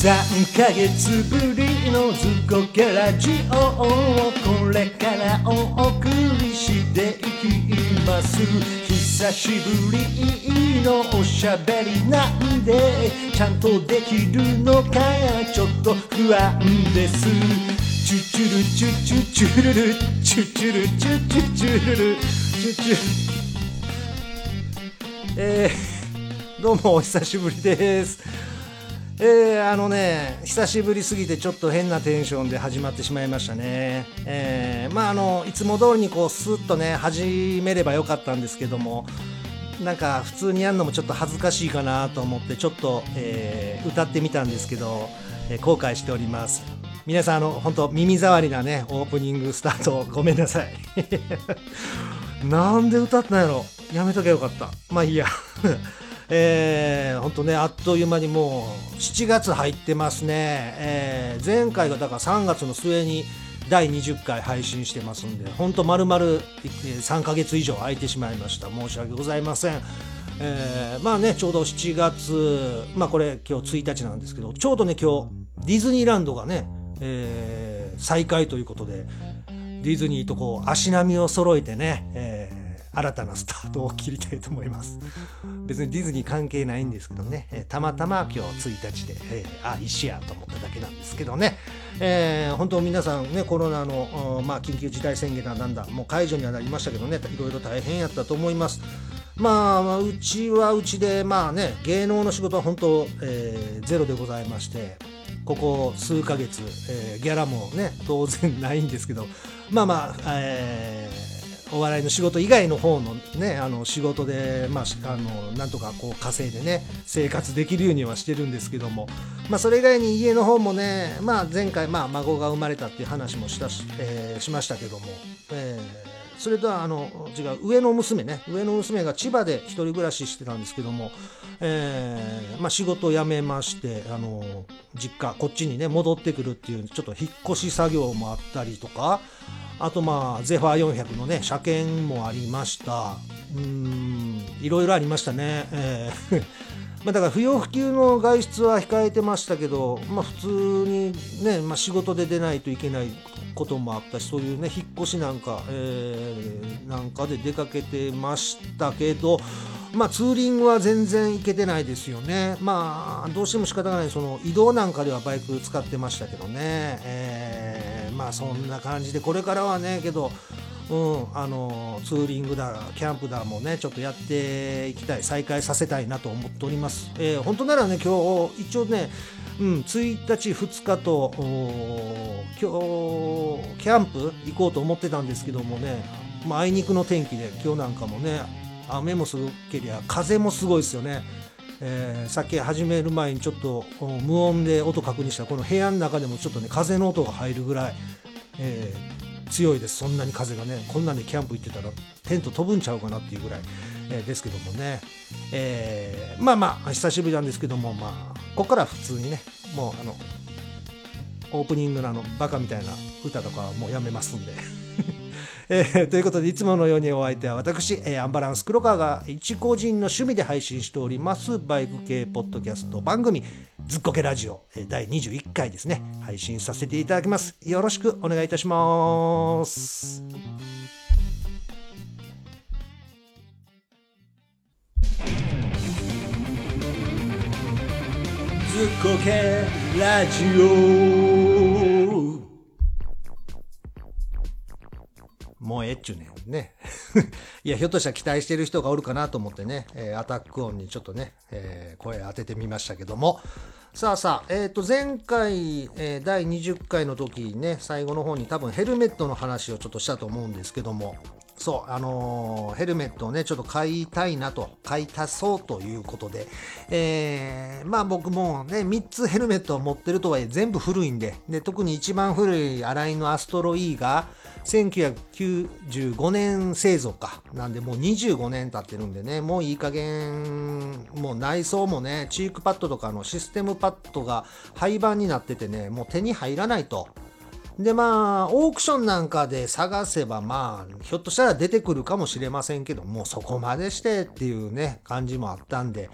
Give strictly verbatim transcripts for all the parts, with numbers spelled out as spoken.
さんかげつぶりのズコケラジオをこれからお送りしていきます。久しぶりのおしゃべりなんでちゃんとできるのかちょっと不安です。チュチュルチュチュチュルルチュチュルチュチュチュルルチュチュえー、どうもお久しぶりです。えー、あのね久しぶりすぎてちょっと変なテンションで始まってしまいましたね。えー、まああのいつも通りにこうスッとね始めればよかったんですけども、なんか普通にやるのもちょっと恥ずかしいかなと思ってちょっと、えー、歌ってみたんですけど、えー、後悔しております。皆さんあの本当耳障りなねオープニングスタートごめんなさいなんで歌ったんやろ、やめときゃよかった。まあいいやえー、ほんとねあっという間にもうしちがつ入ってますね。えー、前回がだからさんがつの末にだいにじゅっかい配信してますんで、ほんと丸々さんかげつ以上空いてしまいました。申し訳ございません。えー、まあねちょうどしちがつ、まあこれ今日ついたちなんですけど、ちょうどね今日ディズニーランドがね、えー、再開ということで、ディズニーとこう足並みを揃えてね、えー新たなスタートを切りたいと思います。別にディズニー関係ないんですけどね、えー、たまたま今日ついたちで、えー、あ石やと思っただけなんですけどね、えー、本当皆さんねコロナの、まあ、緊急事態宣言だなんだもう解除にはなりましたけどね、いろいろ大変やったと思います。まあ、まあ、うちはうちでまあね芸能の仕事は本当、えー、ゼロでございまして、ここ数ヶ月、えー、ギャラもね当然ないんですけど、まあまあ、えーお笑いの仕事以外の方のねあの仕事で、まあ、あのなんとかこう稼いでね生活できるようにはしてるんですけども、まあ、それ以外に家の方もね、まあ、前回、まあ、孫が生まれたっていう話もしたし、えー、しましたけども、えー、それとはあの違う上の娘ね上の娘が千葉で一人暮らししてたんですけども、えーまあ、仕事を辞めましてあの実家こっちにね戻ってくるっていうちょっと引っ越し作業もあったりとか、あとまあゼファーよんひゃくのね車検もありました。うーんいろいろありましたね。えーまあだから不要不急の外出は控えてましたけど、まあ普通にね、まあ、仕事で出ないといけないこともあったし、そういうね引っ越しなんか、えー、なんかで出かけてましたけど、まあツーリングは全然行けてないですよね。まあどうしても仕方がない、その移動なんかではバイク使ってましたけどね、えー、まあそんな感じでこれからはねけど、うん、あのツーリングだキャンプだもねちょっとやっていきたい、再開させたいなと思っております。えー、本当ならね今日一応ね、うん、ついたちふつかと今日キャンプ行こうと思ってたんですけどもね、まあ、あいにくの天気で今日なんかもね雨もすごけりゃ風もすごいですよね。えー、さっき始める前にちょっと無音で音確認したらこの部屋の中でもちょっとね風の音が入るぐらい、えー、強いです。そんなに風がね、こんなんでキャンプ行ってたらテント飛ぶんちゃうかなっていうぐらい、えー、ですけどもね、えー、まあまあ久しぶりなんですけども、まあここから普通にねもうあのオープニングのあのバカみたいな歌とかはもうやめますんでえー、ということでいつものようにお相手は私、えー、アンバランス黒川が一個人の趣味で配信しておりますバイク系ポッドキャスト番組ずっこけラジオ、えー、だいにじゅういっかいですね配信させていただきます。よろしくお願いいたします。ずっこけラジオもうええっちゅうねんねいやひょっとしたら期待してる人がおるかなと思ってね、えー、アタック音にちょっとね、えー、声当ててみましたけども、さあさあ、えー、と前回、えー、だいにじゅっかいの時にね最後の方に多分ヘルメットの話をちょっとしたと思うんですけども、そうあのー、ヘルメットをねちょっと買いたいなと買い足そうということで、えー、まあ僕もねみっつヘルメットを持ってるとはいえ全部古いんで、で特に一番古い新井のアストロ E がせんきゅうひゃくきゅうじゅうごねん製造かなんでもうにじゅうごねん経ってるんでね、もういい加減もう内装もねチークパッドとかのシステムパッドが廃盤になっててねもう手に入らないと。でまあオークションなんかで探せばまあひょっとしたら出てくるかもしれませんけどもそこまでしてっていうね感じもあったんで、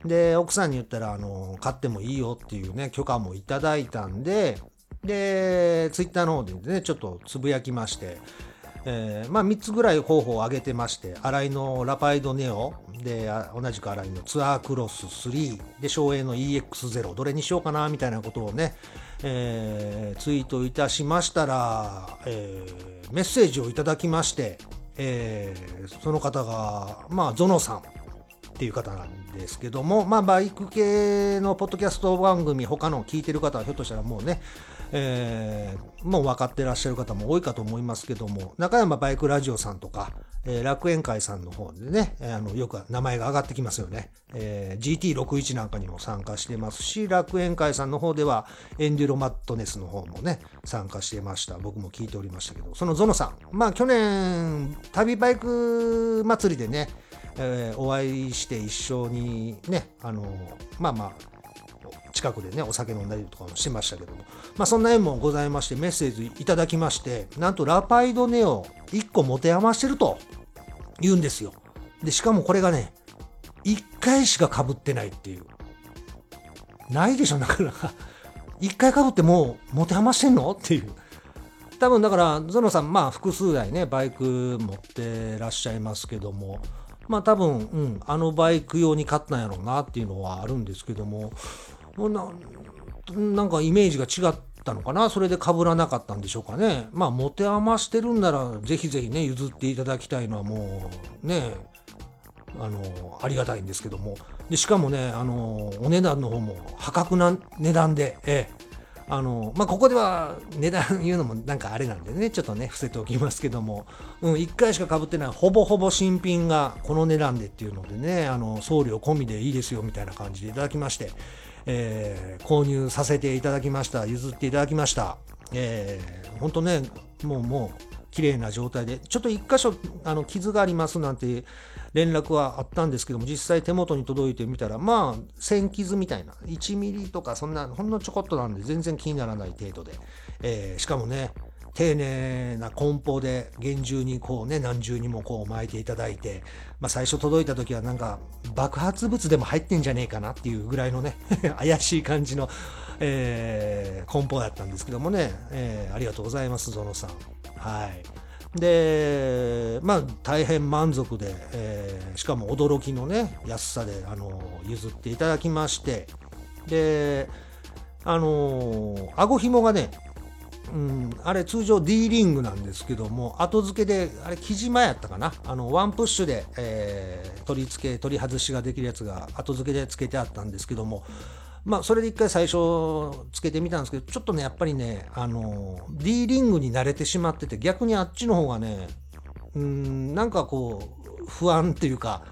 で奥さんに言ったらあの買ってもいいよっていうね許可もいただいたんで、でツイッターの方でねちょっとつぶやきまして、えー、まあみっつぐらい候補を挙げてまして、新井のラパイドネオで、同じく新井のツアークロススリーで、省エの イーエックスゼロ どれにしようかなみたいなことをね、えー、ツイートいたしましたら、えー、メッセージをいただきまして、えー、その方がまあゾノさんっていう方なんですけども、まあバイク系のポッドキャスト番組他の聞いてる方はひょっとしたらもうね、えー、もう分かってらっしゃる方も多いかと思いますけども、中山バイクラジオさんとか、えー、楽園会さんの方でね、あのよく名前が上がってきますよね、えー、ジーティーろくじゅういち なんかにも参加してますし、楽園会さんの方ではエンデュロマットネスの方もね参加してました。僕も聞いておりましたけど、そのゾノさん、まあ去年旅バイク祭りでね、えー、お会いして一緒にね、あのまあまあ近くでねお酒飲んだりとかもしてましたけども、まあそんな縁もございまして、メッセージいただきまして、なんとラパイドネオいっこ持て余してると言うんですよ。でしかもこれがねいっかいしか被ってないっていう、ないでしょなかなか。いっかい被ってもう持て余してんのっていう。多分だからゾノさんまあ複数台ねバイク持ってらっしゃいますけども、まあ多分、うん、あのバイク用に買ったんやろうなっていうのはあるんですけども、な, なんかイメージが違ったのかな、それで被らなかったんでしょうかね。まあ持て余してるんならぜひぜひね譲っていただきたいのはもうねあのありがたいんですけども、でしかもねあのお値段の方も破格な値段で、ええあのまあ、ここでは値段言うのもなんかあれなんでねちょっとね伏せておきますけども、うん、いっかいしか被ってないほぼほぼ新品がこの値段でっていうのでね、あの送料込みでいいですよみたいな感じでいただきまして、えー、購入させていただきました。譲っていただきました。えー、ほんとねもうもう綺麗な状態で、ちょっと一箇所あの傷がありますなんて連絡はあったんですけども、実際手元に届いてみたらまあ線傷みたいないちミリとかそんなほんのちょこっとなんで全然気にならない程度で、えー、しかもね丁寧な梱包で厳重にこうね何重にもこう巻いていただいて、まあ、最初届いた時はなんか爆発物でも入ってんじゃねえかなっていうぐらいのね怪しい感じの、えー、梱包だったんですけどもね、えー、ありがとうございますゾノさん。はいでまあ大変満足で、えー、しかも驚きのね安さであの譲っていただきまして、であのあごひもがね、うん、あれ通常 D リングなんですけども、後付けであれ木島やったかな、あのワンプッシュで、えー、取り付け取り外しができるやつが後付けで付けてあったんですけども、まあそれで一回最初つけてみたんですけど、ちょっとねやっぱりねあの D リングに慣れてしまってて、逆にあっちの方がねうーんなんかこう不安っていうか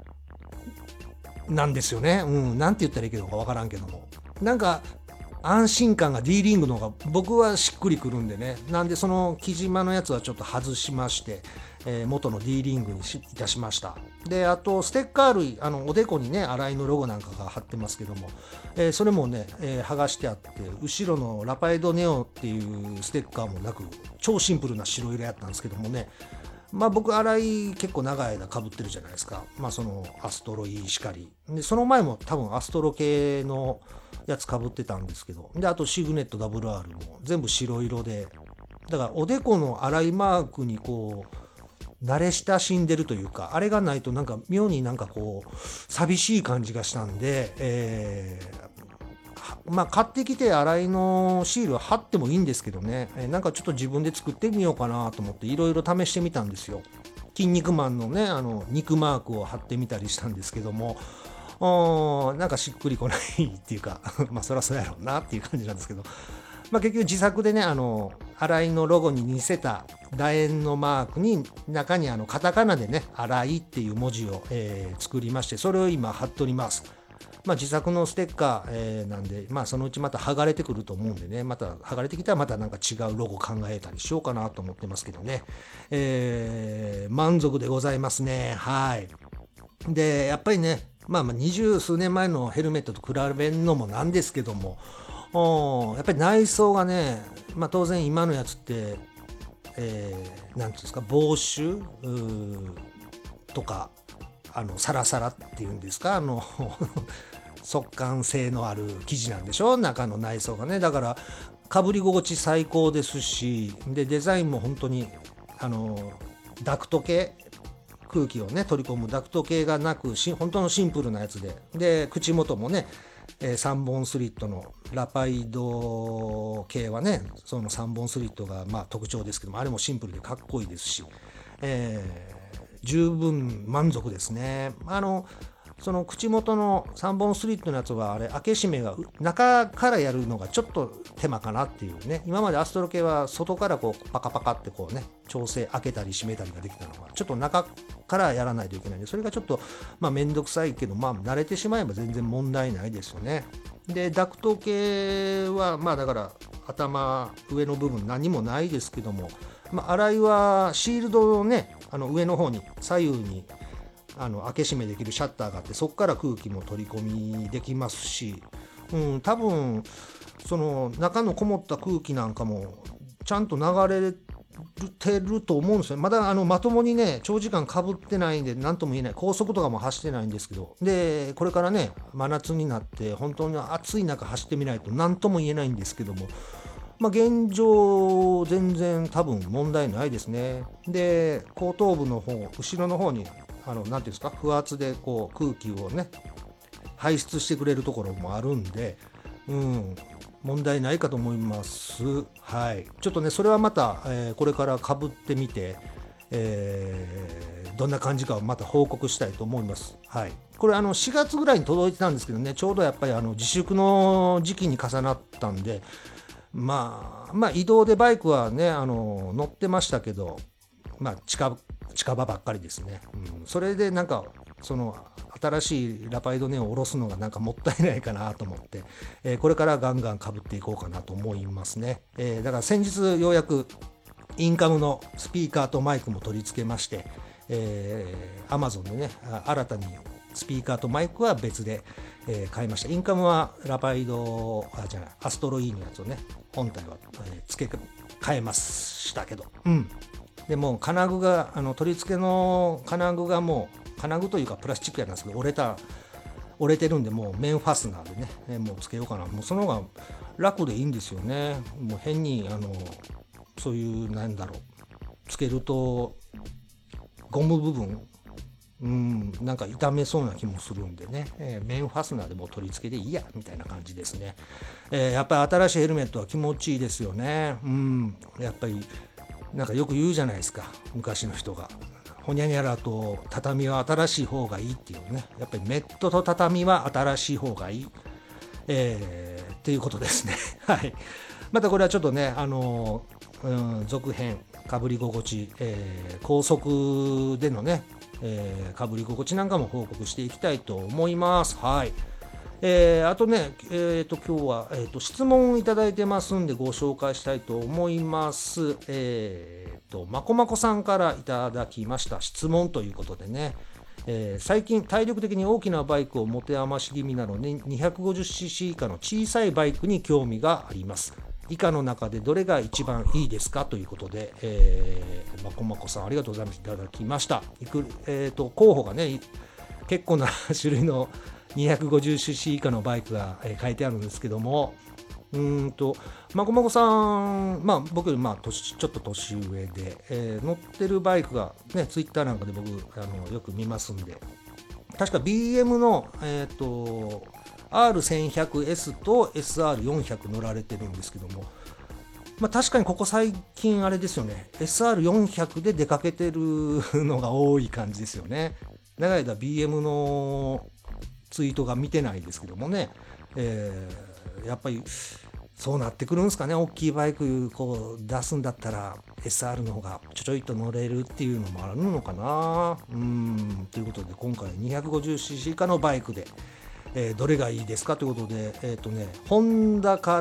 なんですよね。うんなんて言ったらいいけどかわからんけども、なんか安心感が D リングの方が僕はしっくりくるんでね、なんでその木島のやつはちょっと外しまして、えー、元の D リングにしいたしました。であとステッカー類、あのおでこにね新井のロゴなんかが貼ってますけども、えー、それもね、えー、剥がしてあって、後ろのラパイドネオっていうステッカーもなく超シンプルな白色やったんですけどもね、まあ僕新井結構長い間被ってるじゃないですか。まあそのアストロ E しかりで、その前も多分アストロ系のやつ被ってたんですけど、であとシグネット ダブルアール も全部白色で、だからおでこの新井マークにこう慣れ親しんでるというか、あれがないとなんか妙になんかこう寂しい感じがしたんで、えー、まあ買ってきて新井のシール貼ってもいいんですけどね、えー、なんかちょっと自分で作ってみようかなと思っていろいろ試してみたんですよ。筋肉マンのねあの肉マークを貼ってみたりしたんですけども、なんかしっくりこないっていうかまあそりゃそうやろうなっていう感じなんですけど、まあ、結局自作でねあの新井のロゴに似せた楕円のマークに中にあのカタカナでね新井っていう文字を、えー、作りまして、それを今貼っております。まあ、自作のステッカー、えー、なんで、まあ、そのうちまた剥がれてくると思うんでね、また剥がれてきたらまたなんか違うロゴ考えたりしようかなと思ってますけどね、えー、満足でございますね。はい。でやっぱりねまあまあ二十数年前のヘルメットと比べるのもなんですけども、やっぱり内装がね、まあ、当然今のやつって、えー、なんていうんですか、防臭とかあのサラサラっていうんですか、あの速乾性のある生地なんでしょ、中の内装がね。だからかぶり心地最高ですし、でデザインも本当にあのダクト系、空気をね取り込むダクト系がなくし、本当のシンプルなやつで、で口元もね、えー、さんぼんスリットのラパイド系はね、そのさんぼんスリットがまあ特徴ですけども、あれもシンプルでかっこいいですし、えー、十分満足ですね。あのその口元のさんぼんスリットのやつは、あれ開け閉めが中からやるのがちょっと手間かなっていうね。今までアストロ系は外からこうパカパカってこうね調整、開けたり閉めたりができたのが、ちょっと中からやらないといけないんで、それがちょっとまあめんどくさいけど、まあ慣れてしまえば全然問題ないですよね。でダクト系はまあだから頭上の部分何もないですけども、まあ、洗いはシールドをね、あの上の方に左右にあの開け閉めできるシャッターがあって、そこから空気も取り込みできますし、うん、多分その中のこもった空気なんかもちゃんと流れてると思うんですよ。まだあのまともにね長時間かぶってないんで何とも言えない、高速とかも走ってないんですけど、でこれからね真夏になって本当に暑い中走ってみないと何とも言えないんですけども、まあ、現状全然多分問題ないですね。で後頭部の方、後ろの方にあのなんていうんですか、不圧でこう空気をね排出してくれるところもあるんで、うん、問題ないかと思います。はい、ちょっとねそれはまた、えー、これからかぶってみて、えー、どんな感じかをまた報告したいと思います。はい、これあのしがつぐらいに届いてたんですけどね、ちょうどやっぱりあの自粛の時期に重なったんで、まあまあ移動でバイクはねあの乗ってましたけど、まあ近近場ばっかりですね。うん、それでなんかその新しいラパイドネを下ろすのがなんかもったいないかなと思って、えー、これからガンガンかぶっていこうかなと思いますね。えー、だから先日ようやくインカムのスピーカーとマイクも取り付けまして、えー、Amazon でね新たにスピーカーとマイクは別で、えー、買いました。インカムはラパイドあじゃないアストロ E のやつをね本体は、えー、付け替えましたけど、うんでも金具があの取り付けの金具がもう金具というかプラスチックやなんですけど、折れた折れてるんで、もうメンファスナーでね、えもうつけようかな。もうその方が楽でいいんですよね。もう変にあのそういうなんだろうつけるとゴム部分うんなんか傷めそうな気もするんでね、えー、メンファスナーでもう取り付けでいいやみたいな感じですね。えー、やっぱり新しいヘルメットは気持ちいいですよね。うんやっぱりなんかよく言うじゃないですか、昔の人が。ほにゃにゃらと畳は新しい方がいいっていうね。やっぱりメットと畳は新しい方がいい。えー、っていうことですね。はい。またこれはちょっとね、あの、うん、続編、かぶり心地、えー、高速でのね、えー、かぶり心地なんかも報告していきたいと思います。はい。えー、あとね、えー、と今日は、えー、と質問いただいてますんでご紹介したいと思います。えー、とまこまこさんからいただきました質問ということでね、えー、最近体力的に大きなバイクを持て余し気味なので にひゃくごじゅっシーシー 以下の小さいバイクに興味があります。以下の中でどれが一番いいですかということで、えー、まこまこさんありがとうございます。いただきました。いく、えー、と候補がね結構な種類のにひゃくごじゅっシーシー 以下のバイクが、えー、書いてあるんですけども、うーんとまこまこさん、まあ、僕よりまあ年ちょっと年上で、えー、乗ってるバイクがねツイッターなんかで僕あのよく見ますんで、確か ビーエム の、えー、と アールせんひゃくエス と エスアールよんひゃく 乗られてるんですけども、まあ、確かにここ最近あれですよね エスアールよんひゃく で出かけてるのが多い感じですよね。長い間 ビーエム のツイートが見てないですけどもね、えー、やっぱりそうなってくるんですかね。大きいバイクこう出すんだったら エスアール の方がちょちょいと乗れるっていうのもあるのかな。うーんということで今回 にひゃくごじゅっシーシー 以下のバイクで、えー、どれがいいですかということで、えっ、ー、とねホンダから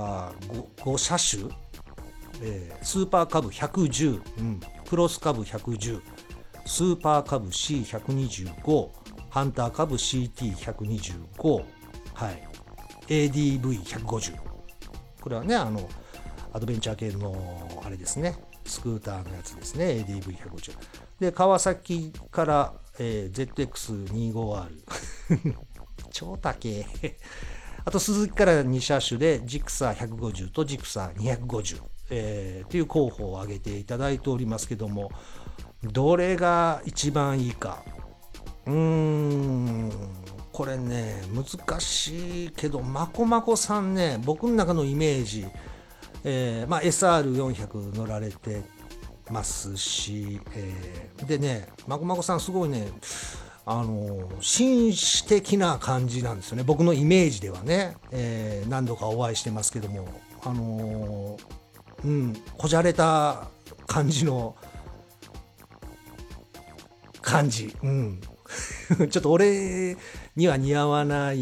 5, ご車種、えー、スーパーカブひゃくじゅう、うん、クロスカブひゃくじゅう、スーパーカブ シーひゃくにじゅうご、ハンターカブ シーティーひゃくにじゅうご、はい、エーディーブイひゃくごじゅう、これはねあのアドベンチャー系のあれですね、 スクーターのやつですね。 エーディーブイひゃくごじゅう で川崎から、えー、ゼットエックスにじゅうごアール 超高えあとスズキからに車種でジクサーひゃくごじゅうとジクサーにひゃくごじゅう、えー、という候補を挙げていただいておりますけども、どれが一番いいか、うーんこれね難しいけど、まこまこさんね、僕の中のイメージ、えーまあ、エスアールよんひゃく 乗られてますし、えー、でねまこまこさんすごいね、あの紳士的な感じなんですよね、僕のイメージではね、えー、何度かお会いしてますけども、あのー、うんこじゃれた感じの感じ、うんちょっと俺には似合わない、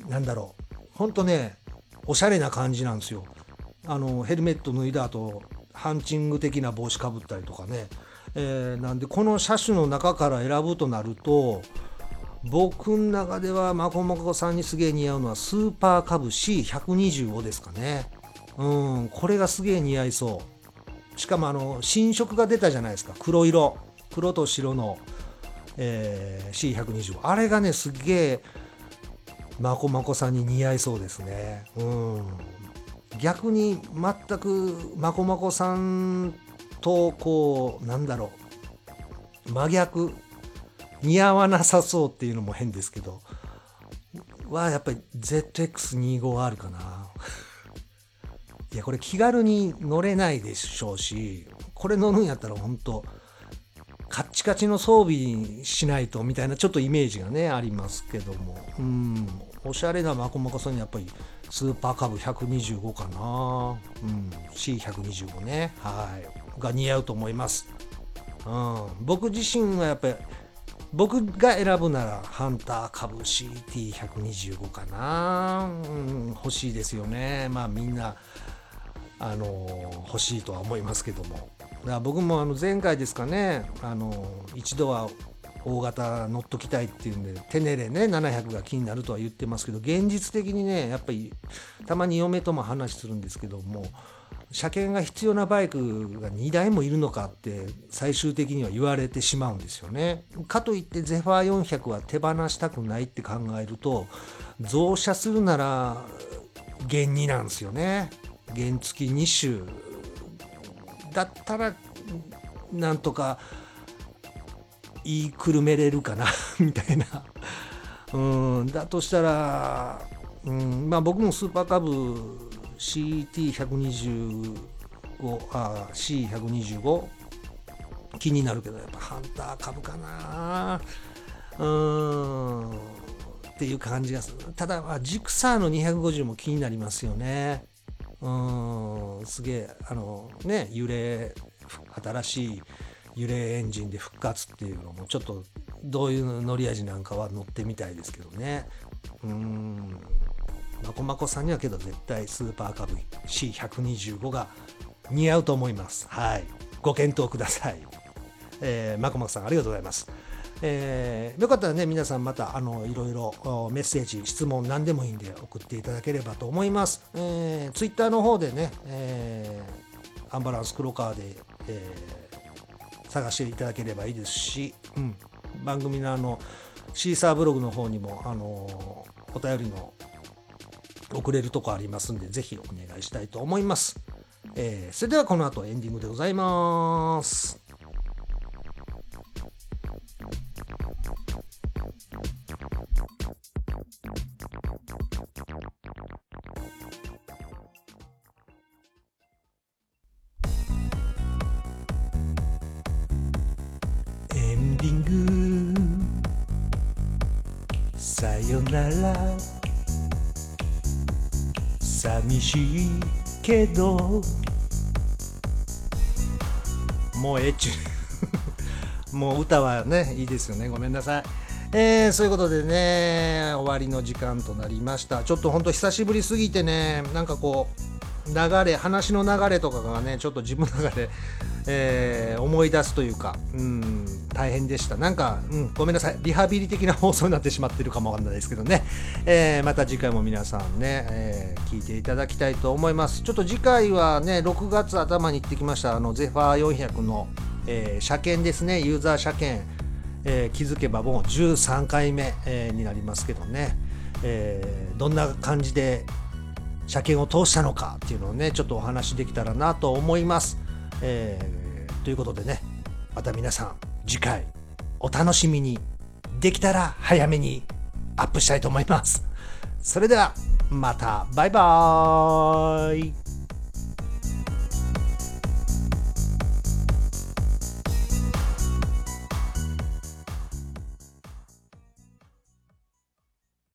なんだろう、ほんとねおしゃれな感じなんですよ。あのヘルメット脱いだ後ハンチング的な帽子かぶったりとかね、えー、なんでこの車種の中から選ぶとなると、僕の中ではまこまこさんにすげえ似合うのはスーパーカブ シーひゃくにじゅうご ですかね。うんこれがすげえ似合いそう。しかもあの新色が出たじゃないですか、黒色、黒と白の、えー、シーひゃくにじゅうご、 あれがねすげえまこまこさんに似合いそうですね。うん逆に全くまこまこさんとこうなんだろう真逆、似合わなさそうっていうのも変ですけどはやっぱり ゼットエックスにじゅうごアール かないやこれ気軽に乗れないでしょうし、これ乗るんやったら本当カッチカチの装備しないとみたいなちょっとイメージがねありますけども、うんおしゃれなまこまこさんにやっぱりスーパーカブひゃくにじゅうごかな、うん、シーひゃくにじゅうご ね、はいが似合うと思います。うん、僕自身はやっぱり僕が選ぶならハンターカブ シーティーひゃくにじゅうご かな、うん、欲しいですよね。まあみんなあの欲しいとは思いますけども、だから僕もあの前回ですかね、あの一度は大型乗っときたいっていうんでテネレねななひゃくが気になるとは言ってますけど、現実的にねやっぱりたまに嫁とも話するんですけども、車検が必要なバイクがにだいもいるのかって最終的には言われてしまうんですよね。かといってゼファーよんひゃくは手放したくないって考えると、増車するなら原になんですよね。原付きに種だったらなんとか言いくるめれるかなみたいな、うんだとしたら、うんまあ僕もスーパーカブ シーティーひゃくにじゅうご あ シーひゃくにじゅうご 気になるけど、やっぱハンター株かな、うんっていう感じがする。ただジクサーのにひゃくごじゅうも気になりますよね。うんすげえあのね揺れ新しい揺れエンジンで復活っていうのもちょっとどういう乗り味なんかは乗ってみたいですけどね。うんまこまこさんにはけど絶対スーパーカブ シーひゃくにじゅうご が似合うと思います。はいご検討ください。えー、まこまこさんありがとうございます。えー、よかったらね皆さんまたあのいろいろメッセージ質問何でもいいんで送っていただければと思います。えー、ツイッターの方でね、えー、アンバランス黒川で、えー、探していただければいいですし、うん、番組のあのシーサーブログの方にもあのお便りの送れるとこありますんでぜひお願いしたいと思います。えー、それではこの後エンディングでございます。エンディングさよなら寂しいけどもうええっちゅうもう歌はねいいですよね、ごめんなさい。えー、そういうことでね終わりの時間となりました。ちょっとほんと久しぶりすぎてね、なんかこう流れ話の流れとかがねちょっと自分の中で、えー、思い出すというか、うん大変でした。なんか、うん、ごめんなさい。リハビリ的な放送になってしまってるかもわかんないですけどね。えー、また次回も皆さんね、えー、聞いていただきたいと思います。ちょっと次回はね、ろくがつ頭に行ってきました、あの、ゼファーよんひゃくの、えー、車検ですね、ユーザー車検、えー、気づけばもうじゅうさんかいめ、えー、になりますけどね、えー、どんな感じで車検を通したのかっていうのをね、ちょっとお話できたらなと思います。えー、ということでね、また皆さん次回お楽しみに。できたら早めにアップしたいと思います。それではまた、バイバーイ。